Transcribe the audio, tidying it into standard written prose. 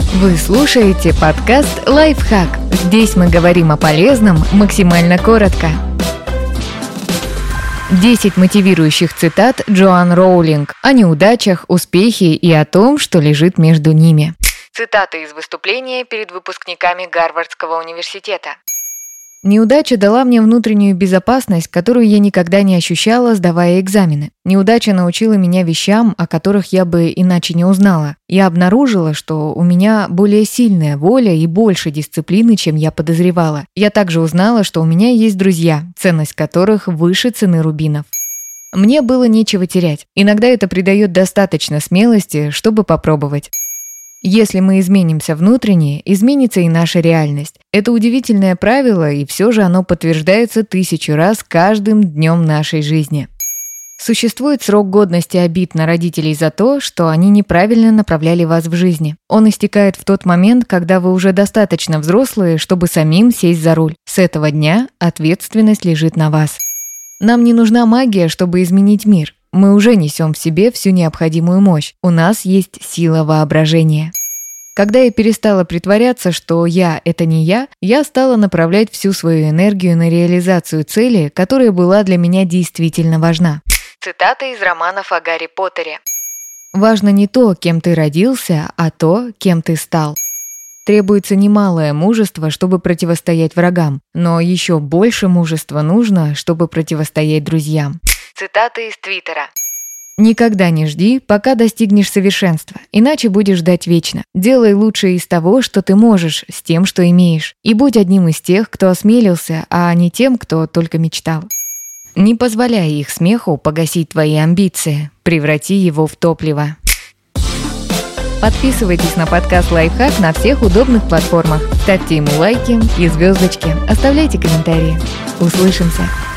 Вы слушаете подкаст «Лайфхак». Здесь мы говорим о полезном максимально коротко. 10 мотивирующих цитат Джоан Роулинг о неудачах, успехе и о том, что лежит между ними. Цитаты из выступления перед выпускниками Гарвардского университета. Неудача дала мне внутреннюю безопасность, которую я никогда не ощущала, сдавая экзамены. Неудача научила меня вещам, о которых я бы иначе не узнала. Я обнаружила, что у меня более сильная воля и больше дисциплины, чем я подозревала. Я также узнала, что у меня есть друзья, ценность которых выше цены рубинов. Мне было нечего терять. Иногда это придает достаточно смелости, чтобы попробовать. Если мы изменимся внутренне, изменится и наша реальность. Это удивительное правило, и все же оно подтверждается 1000 раз каждым днем нашей жизни. Существует срок годности обид на родителей за то, что они неправильно направляли вас в жизни. Он истекает в тот момент, когда вы уже достаточно взрослые, чтобы самим сесть за руль. С этого дня ответственность лежит на вас. Нам не нужна магия, чтобы изменить мир. Мы уже несем в себе всю необходимую мощь. У нас есть сила воображения. Когда я перестала притворяться, что я – это не я стала направлять всю свою энергию на реализацию цели, которая была для меня действительно важна. Цитата из романов о Гарри Поттере. «Важно не то, кем ты родился, а то, кем ты стал». Требуется немалое мужество, чтобы противостоять врагам, но еще больше мужества нужно, чтобы противостоять друзьям. Цитата из Твиттера. «Никогда не жди, пока достигнешь совершенства, иначе будешь ждать вечно. Делай лучшее из того, что ты можешь, с тем, что имеешь. И будь одним из тех, кто осмелился, а не тем, кто только мечтал. Не позволяй их смеху погасить твои амбиции, преврати его в топливо». Подписывайтесь на подкаст «Лайфхак» на всех удобных платформах. Ставьте ему лайки и звездочки. Оставляйте комментарии. Услышимся!